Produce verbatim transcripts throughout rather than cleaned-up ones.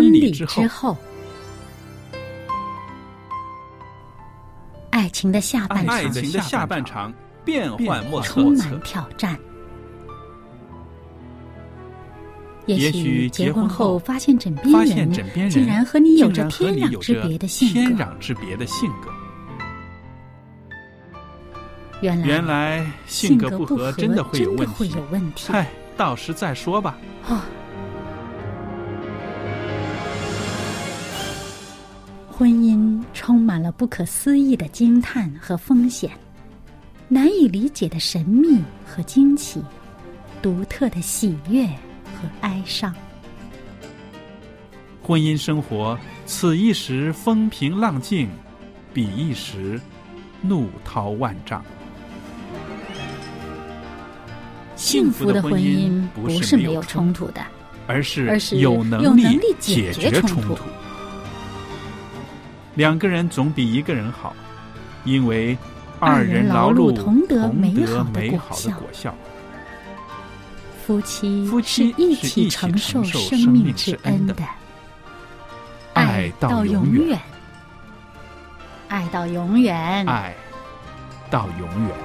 婚礼之后，爱情的下半场， 爱情的下半场变幻莫测， 充满挑战。也许结婚后发现枕边人竟然和你有着天壤之别的性格， 天壤之别的性格。 原来原来性格不合真的会有问题， 问题。 嗨，到时再说吧。 哦，婚姻充满了不可思议的惊叹和风险，难以理解的神秘和惊奇，独特的喜悦和哀伤。 婚姻生活，此一时风平浪静，彼一时怒涛万丈。 幸福的婚姻不是没有冲突的， 而是而是有能力解决冲突。 冲突两个人总比一个人好，因为二人劳碌同得美好的果效。 夫妻夫妻是一起承受生命之恩的， 爱到永远， 爱到永远， 爱到永远。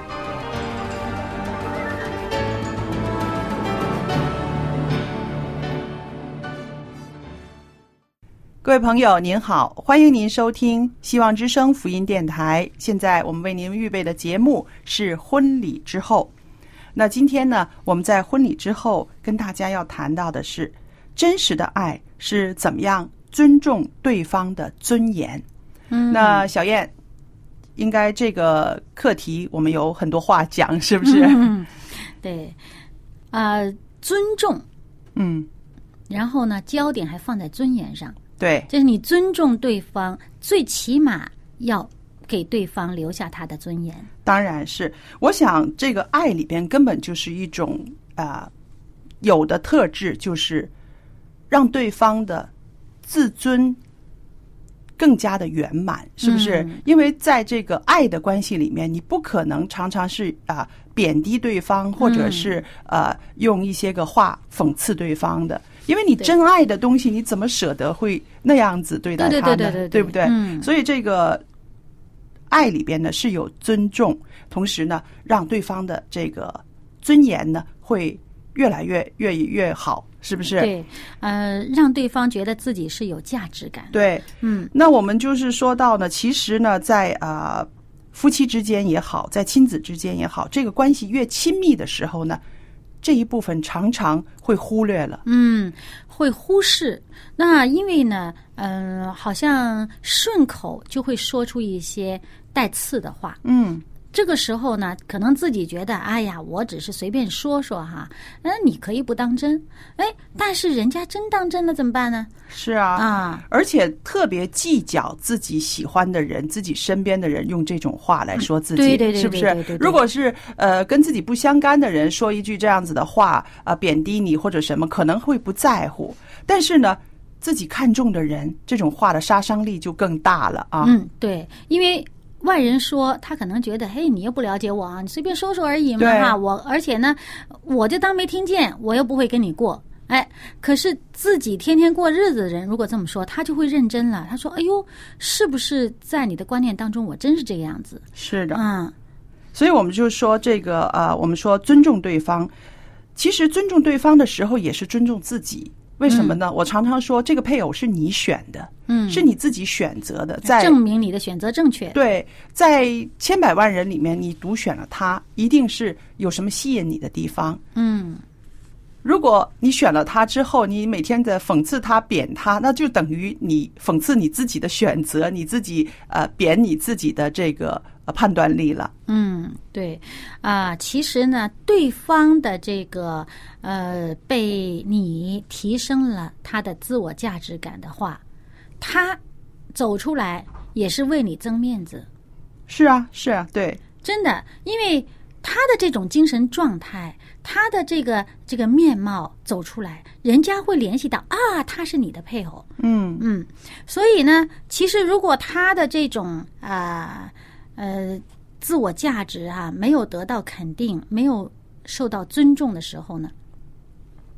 各位朋友您好，欢迎您收听希望之声福音电台。现在我们为您预备的节目是婚礼之后。那今天呢，我们在婚礼之后跟大家要谈到的是，真实的爱是怎么样尊重对方的尊严。嗯，那小燕，应该这个课题我们有很多话讲，是不是？ 嗯，对，啊、呃，尊重， 嗯， 然后呢，焦点还放在尊严上。 对， 就是你尊重对方，最起码要给对方留下他的尊严。 当然是，我想这个爱里边根本就是一种啊、呃，有的特质就是让对方的自尊更加的圆满，是不是？嗯、因为在这个爱的关系里面，你不可能常常是啊、呃、贬低对方，或者是、嗯、呃用一些个话讽刺对方的。因为你真爱的东西，你怎么舍得会那样子对待他呢？ 对对对对对， 对不对？ 嗯， 所以这个爱里边呢是有尊重，同时呢让对方的这个尊严呢会越来越越越好，是不是？ 对，呃，让对方觉得自己是有价值感。 对， 嗯， 那我们就是说到呢，其实呢，在啊、呃、夫妻之间也好，在亲子之间也好，这个关系越亲密的时候呢，这一部分常常会忽略了， 嗯，会忽视。那因为呢，嗯、呃，好像顺口就会说出一些带刺的话， 嗯， 这个时候呢，可能自己觉得，哎呀，我只是随便说说哈，那你可以不当真，哎，但是人家真当真了怎么办呢？ 是啊， 啊， 而且特别计较自己喜欢的人、自己身边的人用这种话来说自己， 对对对， 是不是？如果是呃跟自己不相干的人说一句这样子的话，啊、呃，贬低你或者什么，可能会不在乎，但是呢，自己看重的人，这种话的杀伤力就更大了啊。 嗯，对，因为外人说，他可能觉得，嘿，你又不了解我啊，你随便说说而已嘛哈。我而且呢，我就当没听见，我又不会跟你过。哎，可是自己天天过日子的人，如果这么说，他就会认真了。他说：“哎呦，是不是在你的观念当中，我真是这个样子？” 是的， 嗯。 所以我们就说这个呃，我们说尊重对方，其实尊重对方的时候，也是尊重自己。为什么呢？嗯、我常常说，这个配偶是你选的， 嗯， 是你自己选择的，在证明你的选择正确。 对，在千百万人里面，你独选了他，一定是有什么吸引你的地方。 嗯， 如果你选了他之后，你每天在讽刺他、贬他，那就等于你讽刺你自己的选择，你自己呃贬你自己的这个呃判断力了。 嗯，对，啊、呃，其实呢，对方的这个呃被你提升了他的自我价值感的话，他走出来也是为你增面子。 是啊，是啊，对， 真的，因为他的这种精神状态，他的这个这个面貌走出来，人家会联系到啊，他是你的配偶。 嗯嗯，所以呢，其实如果他的这种啊 呃, 呃自我价值啊没有得到肯定，没有受到尊重的时候呢，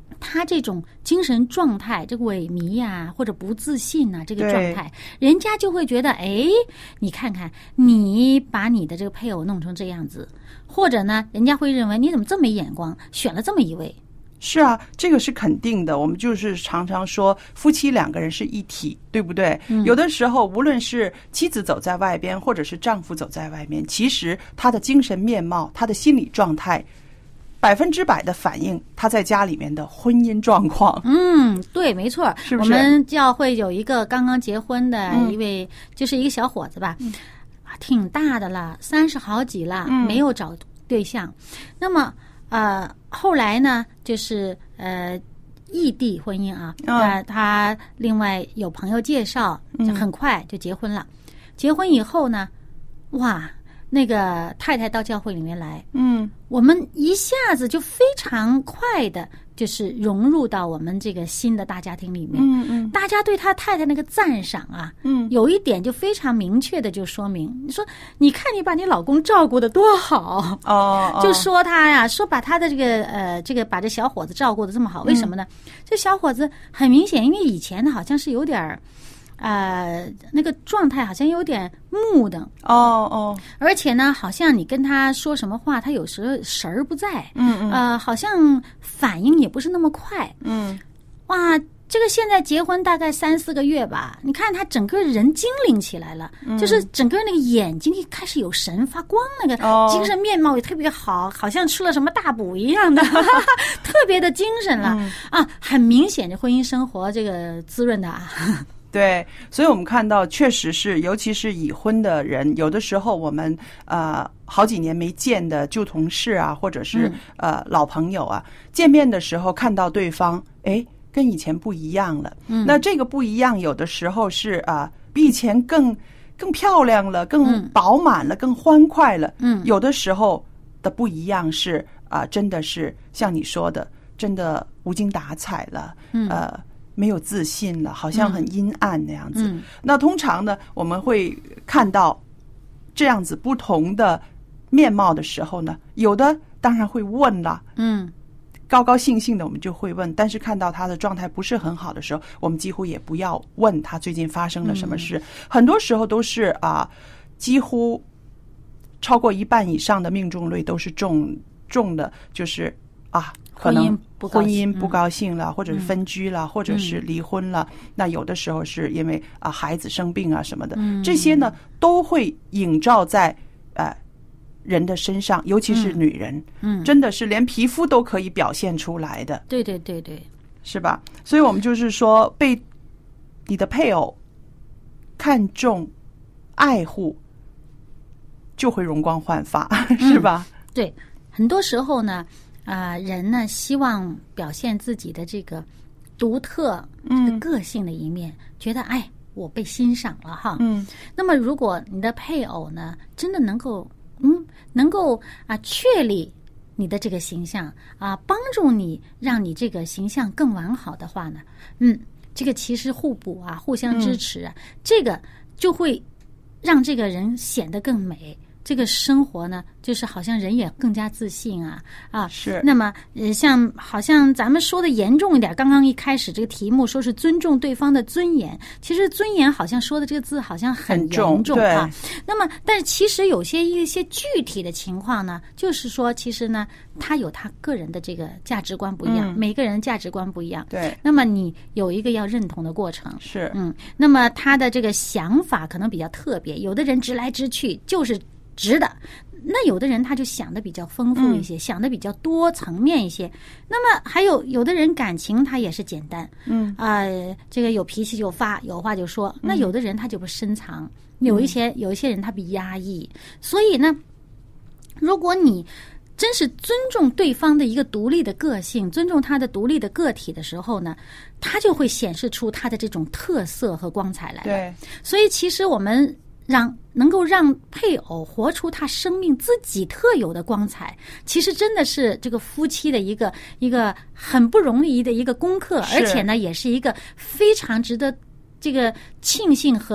他这种精神状态，这个萎靡啊，或者不自信啊，这个状态，人家就会觉得，哎，你看看，你把你的这个配偶弄成这样子，或者呢，人家会认为你怎么这么没眼光，选了这么一位。 是啊，这个是肯定的。我们就是常常说夫妻两个人是一体，对不对？嗯、有的时候无论是妻子走在外边，或者是丈夫走在外面，其实他的精神面貌，他的心理状态百分之百的反映他在家里面的婚姻状况。 嗯，对，没错。 是不是？ 我们教会有一个刚刚结婚的一位、嗯、就是一个小伙子吧、嗯、挺大的了，三十好几了、嗯、没有找对象。那么呃，后来呢，就是呃，异地婚姻啊，呃，他另外有朋友介绍，就很快就结婚了。嗯、结婚以后呢，哇，那个太太到教会里面来，嗯，我们一下子就非常快的，就是融入到我们这个新的大家庭里面。嗯嗯，大家对他太太那个赞赏啊，嗯，有一点就非常明确的就说明，你说，你看你把你老公照顾得多好哦，就说他呀，说把他的这个呃这个把这小伙子照顾得这么好，为什么呢？嗯、这小伙子很明显，因为以前呢好像是有点儿。呃，那个状态好像有点木的哦哦， 而且呢，好像你跟他说什么话，他有时候神儿不在，嗯嗯，呃，好像反应也不是那么快，嗯，哇，这个现在结婚大概三四个月吧，你看他整个人精灵起来了，嗯、就是整个那个眼睛开始有神发光，那个精神面貌也特别好，好像吃了什么大补一样的，特别的精神了、嗯、啊，很明显这婚姻生活这个滋润的啊。 对，所以我们看到确实是，尤其是已婚的人，有的时候我们呃好几年没见的旧同事啊，或者是呃老朋友啊，见面的时候看到对方，哎，跟以前不一样了。嗯，那这个不一样，有的时候是啊、呃、比以前更更漂亮了，更饱满了，更欢快了。嗯，有的时候的不一样是啊、呃，真的是像你说的，真的无精打采了。嗯，呃。没有自信了，好像很阴暗那样子。嗯、那通常呢，我们会看到这样子不同的面貌的时候呢，有的当然会问了，嗯，高高兴兴的我们就会问，但是看到他的状态不是很好的时候，我们几乎也不要问他最近发生了什么事。嗯、很多时候都是啊，几乎超过一半以上的命中率都是中中的，就是啊。可能婚姻不高兴了，或者是分居了，或者是离婚了。那有的时候是因为啊孩子生病啊什么的，这些呢都会映照在呃人的身上，尤其是女人，嗯，真的是连皮肤都可以表现出来的。 对对对对， 是吧？所以我们就是说，被你的配偶看重、爱护，就会容光焕发，是吧？ 嗯、对，很多时候呢。啊、呃，人呢希望表现自己的这个独特、这个个性的一面，嗯、觉得哎，我被欣赏了哈。嗯，那么如果你的配偶呢，真的能够嗯，能够啊确立你的这个形象啊，帮助你让你这个形象更完好的话呢，嗯，这个其实互补啊，互相支持啊，嗯、这个就会让这个人显得更美。这个生活呢，就是好像人也更加自信啊啊！ 是。 那么，呃，像好像咱们说的严重一点，刚刚一开始这个题目说是尊重对方的尊严，其实尊严好像说的这个字好像很严重啊。那么，但是其实有些一些具体的情况呢，就是说，其实呢，他有他个人的这个价值观不一样，嗯、每个人价值观不一样。 对。 那么你有一个要认同的过程。 是。 嗯。那么他的这个想法可能比较特别，有的人直来直去就是。直的，那有的人他就想的比较丰富一些，嗯、想的比较多层面一些。那么还有有的人感情他也是简单，嗯啊、呃，这个有脾气就发，有话就说。那有的人他就不深藏，嗯、有一些有一些人他比压抑。所以呢，如果你真是尊重对方的一个独立的个性，尊重他的独立的个体的时候呢，他就会显示出他的这种特色和光彩来了。 对， 所以其实我们。让能够让配偶活出他生命自己特有的光彩，其实真的是这个夫妻的一个一个很不容易的一个功课，而且呢，也是一个非常值得这个庆幸和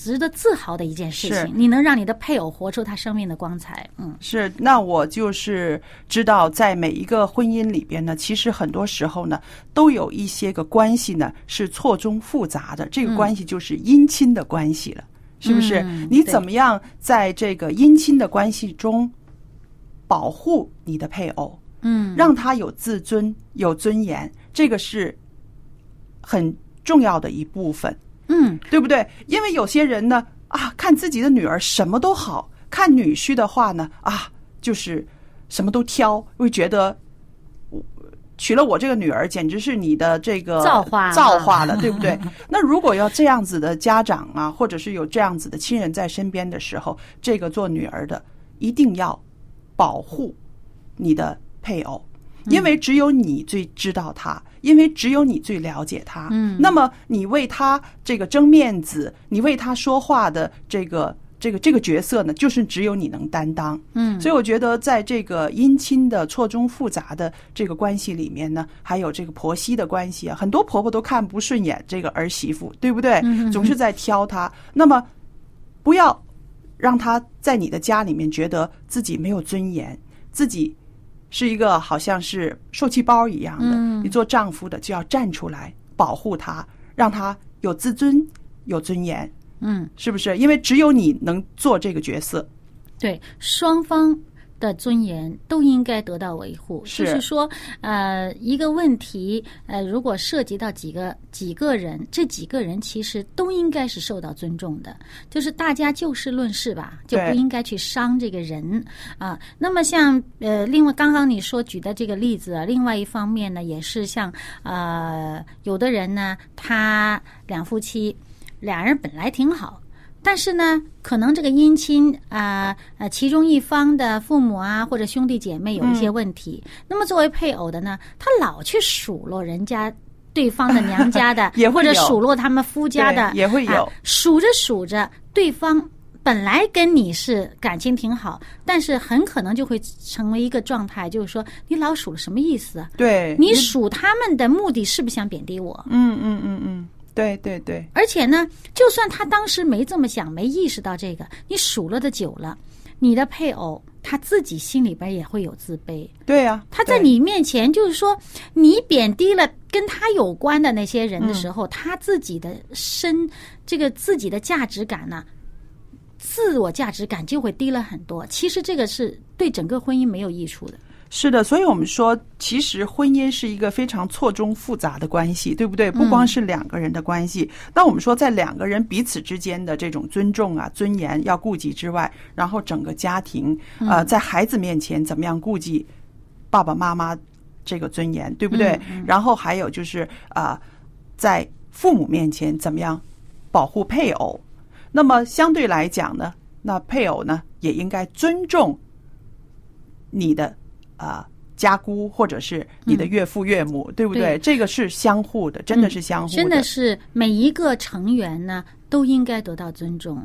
值得自豪的一件事情。你能让你的配偶活出他生命的光彩。嗯， 是。那我就是知道，在每一个婚姻里边呢，其实很多时候呢，都有一些个关系呢是错综复杂的。这个关系就是姻亲的关系了，嗯、是不是？ 嗯、 你怎么样在这个姻亲的关系中保护你的配偶？ 嗯， 让他有自尊、有尊严，这个是很重要的一部分。 嗯， 对不对？因为有些人呢，啊，看自己的女儿什么都好，看女婿的话呢，啊，就是什么都挑，会觉得娶了我这个女儿，简直是你的这个造化造化了，对不对？那如果要这样子的家长啊，或者是有这样子的亲人在身边的时候，这个做女儿的一定要保护你的配偶。因为只有你最知道他，因为只有你最了解他。 嗯， 那么你为他这个争面子，你为他说话的这个这个这个角色呢，就是只有你能担当。 嗯， 所以我觉得在这个姻亲的错综复杂的这个关系里面呢，还有这个婆媳的关系啊，很多婆婆都看不顺眼这个儿媳妇，对不对？ 嗯， 总是在挑她。那么不要让她在你的家里面觉得自己没有尊严，自己是一个好像是受气包一样的。 嗯， 你做丈夫的就要站出来保护他，让他有自尊有尊严。 嗯， 是不是？因为只有你能做这个角色。 对，双方的尊严都应该得到维护。 是， 就是说，呃，一个问题，呃，如果涉及到几个几个人，这几个人其实都应该是受到尊重的。就是大家就事论事吧，就不应该去伤这个人啊。那么像呃，另外刚刚你说举的这个例子啊，另外一方面呢，也是像呃，有的人呢，他两夫妻俩人本来挺好。但是呢，可能这个姻亲啊呃其中一方的父母啊或者兄弟姐妹有一些问题，嗯、那么作为配偶的呢，他老去数落人家对方的娘家的， 也会或者数落他们夫家的， 也会有、 啊、数着数着，对方本来跟你是感情挺好，但是很可能就会成为一个状态，就是说你老数了什么意思啊？ 对， 你数他们的目的是不是想贬低我？ 嗯嗯嗯嗯。对对对， 而且呢，就算他当时没这么想，没意识到这个，你数落的久了，你的配偶他自己心里边也会有自卑。 对呀、啊， 他在你面前就是说，你贬低了跟他有关的那些人的时候，嗯、他自己的身这个自己的价值感呢，自我价值感就会低了很多。其实这个是对整个婚姻没有益处的。 是的，所以我们说，其实婚姻是一个非常错综复杂的关系，对不对？不光是两个人的关系。那、嗯、我们说，在两个人彼此之间的这种尊重啊、尊严要顾及之外，然后整个家庭，呃，在孩子面前怎么样顾及爸爸妈妈这个尊严，对不对？ 嗯嗯、 然后还有就是啊、呃，在父母面前怎么样保护配偶。那么相对来讲呢，那配偶呢也应该尊重你的。啊，家姑或者是你的岳父岳母，嗯、对不对？ 对， 这个是相互的，真的是相互的， 嗯、真的是每一个成员呢都应该得到尊重。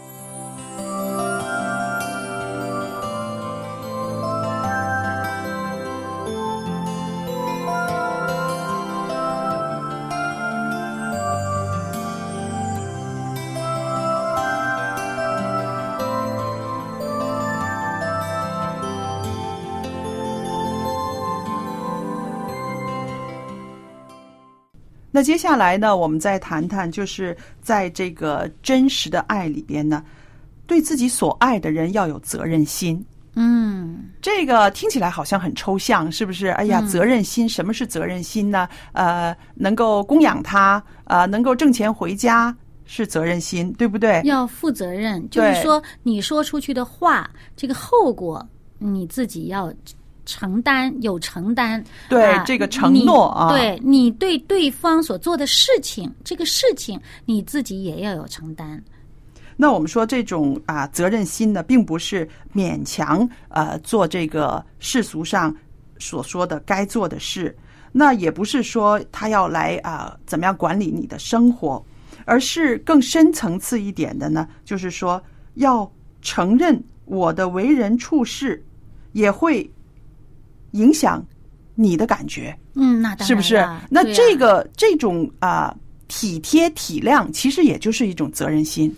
那接下来呢，我们再谈谈，就是在这个真实的爱里边呢，对自己所爱的人要有责任心。 嗯， 这个听起来好像很抽象，是不是？哎呀，责任心，什么是责任心呢？呃，能够供养他，呃，能够挣钱回家是责任心，对不对？ 要负责任，就是说你说出去的话，这个后果你自己要承担，有承担。 对、 啊、 这个承诺啊， 你对你对对方所做的事情，这个事情你自己也要有承担。 那我们说这种啊责任心呢，并不是勉强呃做这个世俗上所说的该做的事，那也不是说他要来啊怎么样管理你的生活，而是更深层次一点的呢，就是说要承认我的为人处事也会影响你的感觉。 嗯，那当然是不是？那这个、啊、这种啊、呃、体贴体谅，其实也就是一种责任心。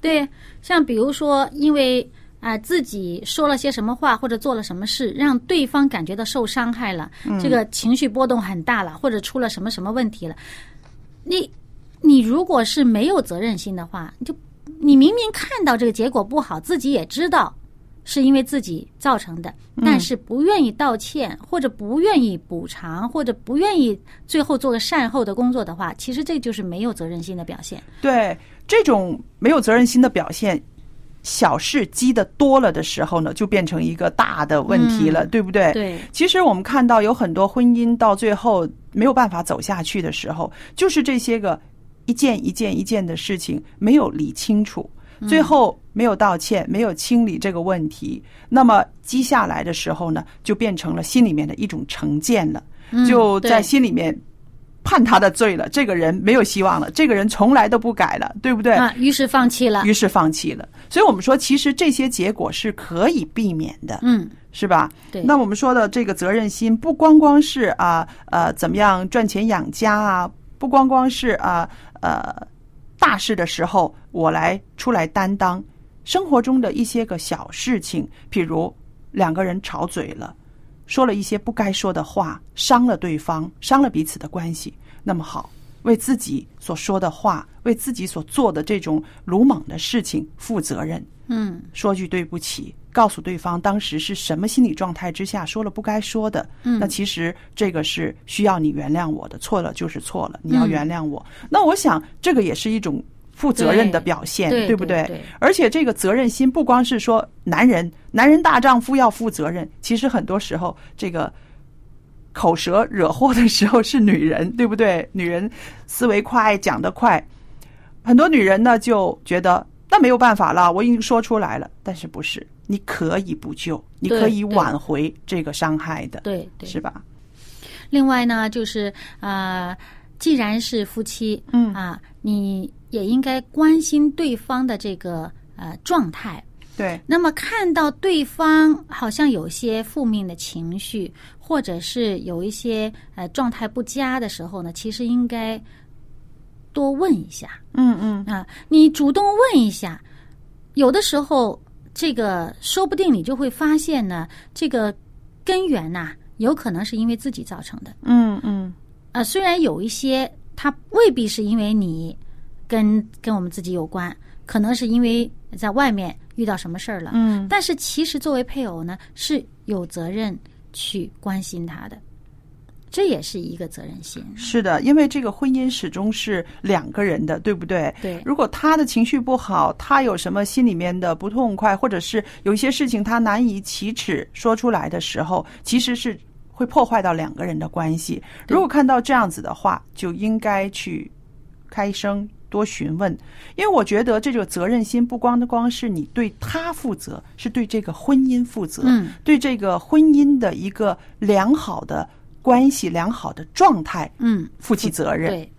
对，像比如说因为啊、呃，自己说了些什么话或者做了什么事，让对方感觉到受伤害了，嗯、这个情绪波动很大了，或者出了什么什么问题了，你你如果是没有责任心的话，你就你明明看到这个结果不好，自己也知道是因为自己造成的，但是不愿意道歉，或者不愿意补偿，或者不愿意最后做个善后的工作的话，其实这就是没有责任心的表现。 对，这种没有责任心的表现，小事积得多了的时候呢，就变成一个大的问题了，嗯、对不对？ 对。 其实我们看到有很多婚姻到最后没有办法走下去的时候，就是这些个一件一件一件的事情没有理清楚，最后没有道歉，没有清理这个问题，那么积下来的时候呢，就变成了心里面的一种成见了，就在心里面判他的罪了，这个人没有希望了，这个人从来都不改了，对不对？ 啊，于是放弃了， 于是放弃了。所以我们说，其实这些结果是可以避免的，嗯，是吧？ 对。 那我们说的这个责任心，不光光是啊呃怎么样赚钱养家啊，不光光是啊呃大事的时候我来出来担当，生活中的一些个小事情，譬如两个人吵嘴了，说了一些不该说的话，伤了对方，伤了彼此的关系，那么好，为自己所说的话，为自己所做的这种鲁莽的事情负责任。嗯，说句对不起，告诉对方当时是什么心理状态之下说了不该说的。嗯，那其实这个是需要你原谅我的，错了就是错了，你要原谅我。嗯、那我想这个也是一种负责任的表现， 对, 对不对？ 对对， 而且这个责任心不光是说男人男人大丈夫要负责任，其实很多时候这个口舌惹祸的时候是女人，对不对？女人思维快，讲得快，很多女人呢就觉得那没有办法了，我已经说出来了，但是不是，你可以补救，你可以挽回这个伤害的， 对对， 是吧？ 另外呢，就是啊、呃，既然是夫妻，嗯啊，你也应该关心对方的这个呃状态。 对， 那么看到对方好像有些负面的情绪，或者是有一些呃状态不佳的时候呢，其实应该多问一下。 嗯嗯啊，你主动问一下，有的时候这个说不定你就会发现呢，这个根源呐、啊，有可能是因为自己造成的。 嗯嗯啊，虽然有一些它未必是因为你跟跟我们自己有关，可能是因为在外面遇到什么事儿了，嗯，但是其实作为配偶呢，是有责任去关心他的，这也是一个责任心。 是的，因为这个婚姻始终是两个人的，对不对？ 对。 如果他的情绪不好，他有什么心里面的不痛快，或者是有一些事情他难以启齿说出来的时候，其实是会破坏到两个人的关系。如果看到这样子的话，就应该去开声多询问，因为我觉得这个责任心不光的光是你对他负责，是对这个婚姻负责，嗯，对这个婚姻的一个良好的关系、良好的状态，嗯，负起责任。 对。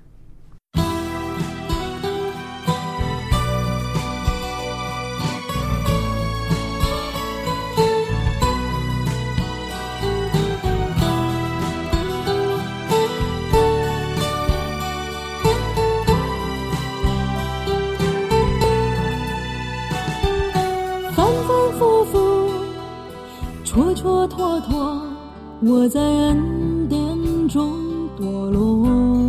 蹉蹉跎跎，我在恩典中堕落，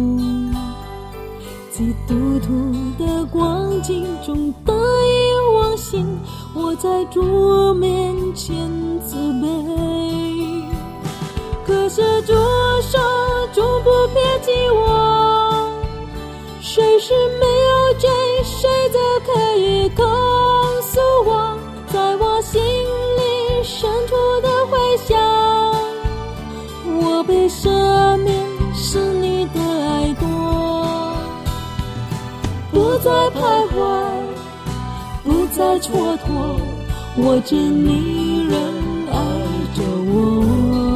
基督徒的光景中得以忘形，我在主面前自卑。可是主手终不撇弃我，谁是没有罪，谁则可以告诉我，在我心里深处的回响，我被赦免是你的爱多，不再徘徊，不再蹉跎，我知你仍爱着我，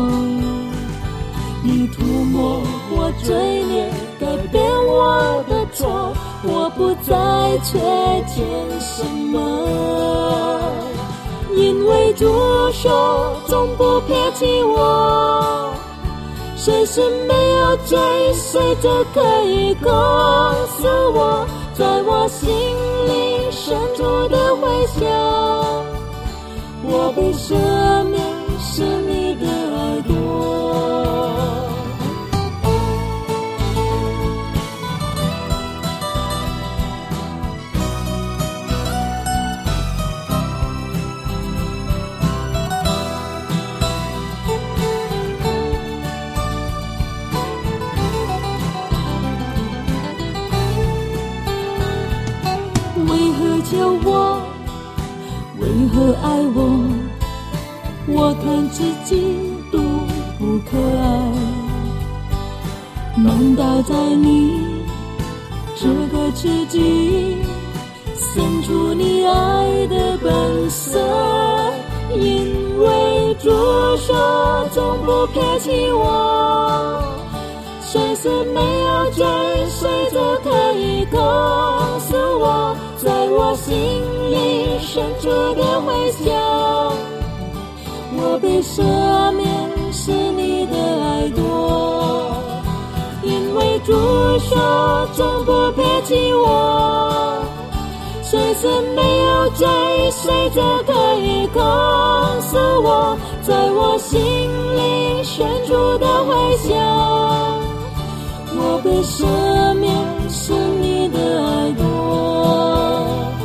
你涂抹我罪孽，改变我的错，我不再缺欠什么，因为主手总不撇弃我，谁是没有罪，谁则可以告诉我，在我心里深处的回响。我被赦免，是你的爱多。为何叫我？为何爱我？我看自己都不可爱，难道在你这个自己生出你爱的本色？因为主说总不撇弃我，随时没有追随着可以告诉我，在我心里深处的回响。我被赦免，是你的爱多，因为主说总不撇弃我，随时没有追随着可以告诉我，在我心里深处的回响。我被赦免，是你的爱多。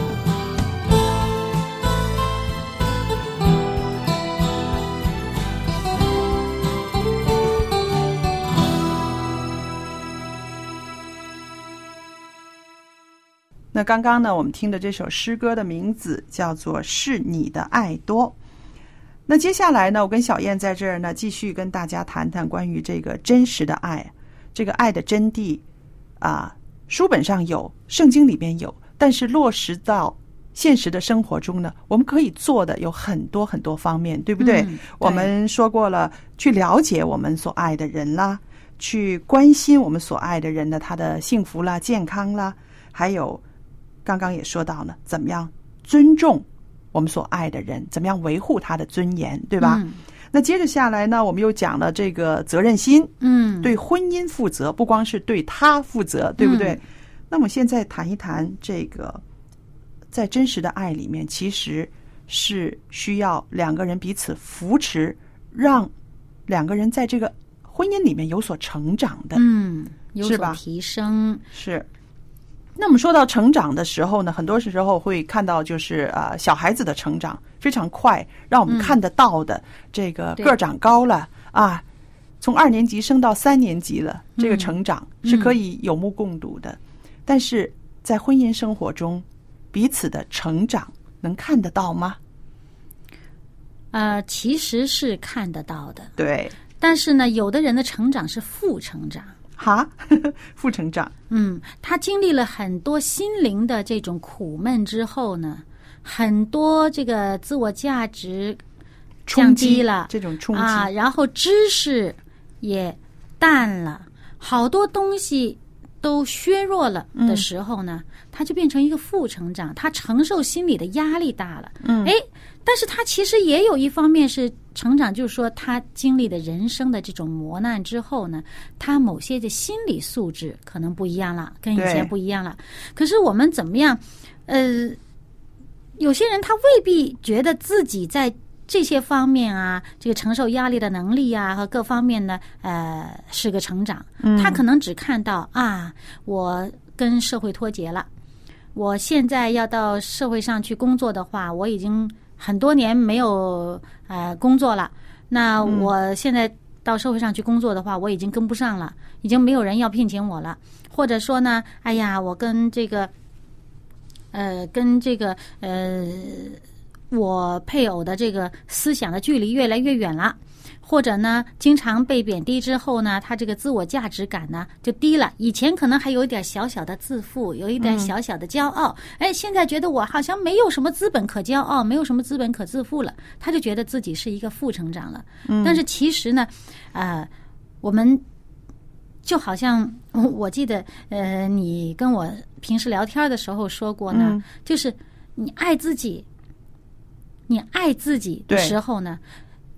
那刚刚呢，我们听的这首诗歌的名字叫做《是你的爱多》。那接下来呢，我跟小燕在这儿呢，继续跟大家谈谈关于这个真实的爱，这个爱的真谛啊，书本上有，圣经里边有，但是落实到现实的生活中呢，我们可以做的有很多很多方面，对不对？嗯、对，我们说过了，去了解我们所爱的人啦，去关心我们所爱的人的他的幸福啦、健康啦，还有刚刚也说到了，怎么样尊重我们所爱的人，怎么样维护他的尊严，对吧？嗯、那接着下来呢，我们又讲了这个责任心，嗯，对婚姻负责，不光是对他负责，对不对？嗯、那么现在谈一谈这个，在真实的爱里面，其实是需要两个人彼此扶持，让两个人在这个婚姻里面有所成长的， 嗯，有所提升， 是。那我们说到成长的时候呢，很多时候会看到就是呃小孩子的成长非常快，让我们看得到的，嗯、这个个儿长高了啊，从二年级升到三年级了，这个成长是可以有目共睹的。嗯、但是在婚姻生活中，彼此的成长能看得到吗？ 呃，其实是看得到的， 对。 但是呢，有的人的成长是负成长。 哈，负成长。 嗯，他经历了很多心灵的这种苦闷之后呢，很多这个自我价值降低了， 这种冲击啊，然后知识也淡了，好多东西都削弱了的时候呢，嗯、他就变成一个负成长，他承受心理的压力大了。嗯，哎，但是他其实也有一方面是成长，就是说他经历的人生的这种磨难之后呢，他某些的心理素质可能不一样了，跟以前不一样了。可是我们怎么样？呃，有些人他未必觉得自己在这些方面啊，这个承受压力的能力啊和各方面呢，呃，是个成长。嗯，他可能只看到啊，我跟社会脱节了，我现在要到社会上去工作的话，我已经很多年没有呃工作了。那我现在到社会上去工作的话，我已经跟不上了，已经没有人要聘请我了。或者说呢，哎呀，我跟这个呃跟这个呃我配偶的这个思想的距离越来越远了。或者呢，经常被贬低之后呢，他这个自我价值感呢就低了。以前可能还有一点小小的自负，有一点小小的骄傲，嗯、哎，现在觉得我好像没有什么资本可骄傲，没有什么资本可自负了，他就觉得自己是一个负成长了。嗯、但是其实呢，呃，我们就好像我记得，呃，你跟我平时聊天的时候说过呢，嗯、就是你爱自己，你爱自己的时候呢。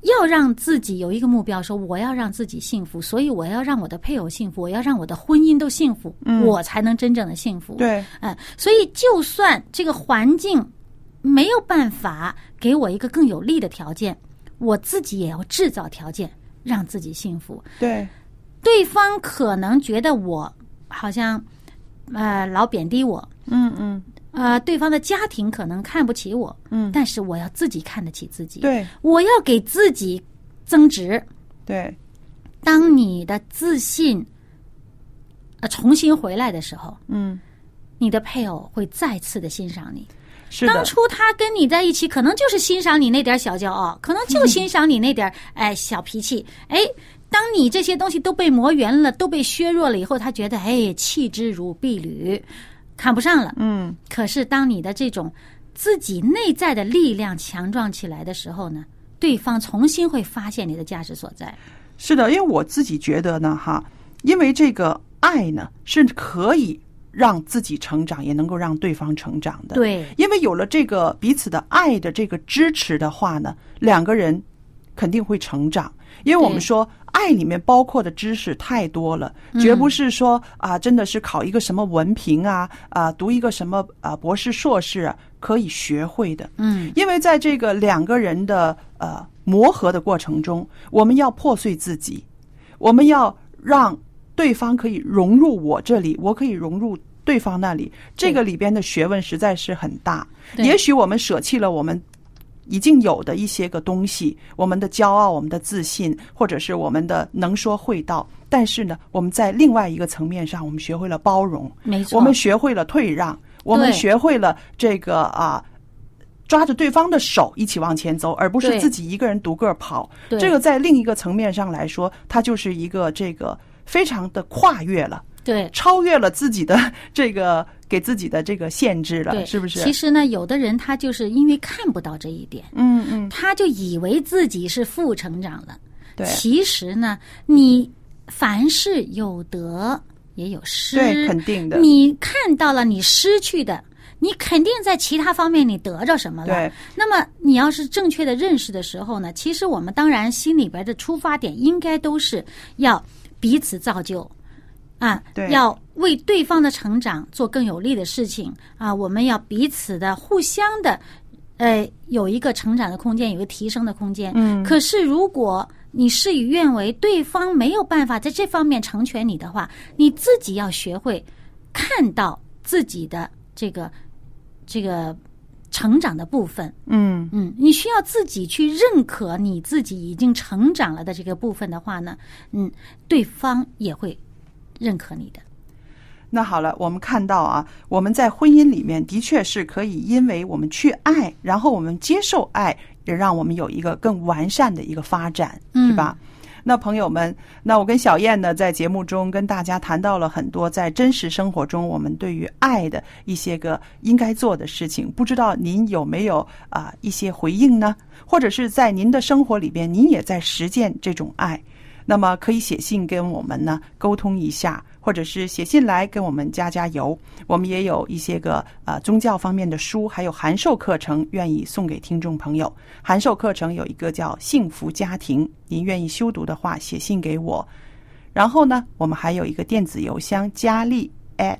要让自己有一个目标，说我要让自己幸福，所以我要让我的配偶幸福，我要让我的婚姻都幸福，嗯、我才能真正的幸福。 对， 嗯、呃，所以就算这个环境没有办法给我一个更有利的条件，我自己也要制造条件让自己幸福。 对， 对方可能觉得我好像呃老贬低我， 嗯嗯。 呃，对方的家庭可能看不起我，嗯，但是我要自己看得起自己， 对， 我要给自己增值， 对。 当你的自信呃重新回来的时候， 嗯， 你的配偶会再次的欣赏你。 是的， 当初他跟你在一起，可能就是欣赏你那点小骄傲，可能就欣赏你那点哎小脾气，哎。当你这些东西都被磨圆了，都被削弱了以后，他觉得哎弃之如敝履。看不上了，嗯。可是当你的这种自己内在的力量强壮起来的时候呢，对方重新会发现你的价值所在。 是的，因为我自己觉得呢，哈，因为这个爱呢是可以让自己成长，也能够让对方成长的。 对， 因为有了这个彼此的爱的这个支持的话呢，两个人肯定会成长。因为我们说爱里面包括的知识太多了，绝不是说啊，真的是考一个什么文凭啊，啊，读一个什么啊博士硕士啊可以学会的。嗯，因为在这个两个人的呃磨合的过程中，我们要破碎自己，我们要让对方可以融入我这里，我可以融入对方那里，这个里边的学问实在是很大。也许我们舍弃了我们已经有的一些个东西，我们的骄傲，我们的自信，或者是我们的能说会道，但是呢，我们在另外一个层面上，我们学会了包容， 没错， 我们学会了退让，我们学会了这个啊，抓着对方的手一起往前走，而不是自己一个人独个跑。这个在另一个层面上来说，它就是一个这个非常的跨越了。 对， 超越了自己的这个给自己的这个限制了，是不是？ 其实呢，有的人他就是因为看不到这一点， 嗯嗯， 他就以为自己是负成长了。 对， 其实呢，你凡事有得也有失， 对，肯定的。 你看到了你失去的，你肯定在其他方面你得着什么了。 对， 那么你要是正确的认识的时候呢，其实我们当然心里边的出发点应该都是要彼此造就。啊，要为对方的成长做更有利的事情啊！我们要彼此的互相的，呃，有一个成长的空间，有一个提升的空间。嗯。可是如果你事与愿违，对方没有办法在这方面成全你的话，你自己要学会看到自己的这个这个成长的部分。 嗯嗯，你需要自己去认可你自己已经成长了的这个部分的话呢，嗯，对方也会认可你的。 那好了，我们看到啊，我们在婚姻里面的确是可以因为我们去爱，然后我们接受爱，也让我们有一个更完善的一个发展，是吧？嗯，那朋友们，那我跟小燕呢，在节目中跟大家谈到了很多在真实生活中我们对于爱的一些个应该做的事情，不知道您有没有啊、呃、一些回应呢？或者是在您的生活里边，您也在实践这种爱？那么可以写信跟我们呢沟通一下，或者是写信来跟我们加加油。我们也有一些个呃宗教方面的书，还有函授课程愿意送给听众朋友。函授课程有一个叫幸福家庭，您愿意修读的话写信给我。然后呢，我们还有一个电子邮箱佳丽 at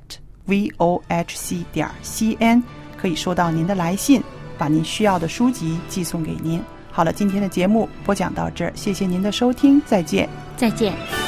vohc 点 cn， 可以收到您的来信，把您需要的书籍寄送给您。好了，今天的节目播讲到这儿，谢谢您的收听，再见。 再见。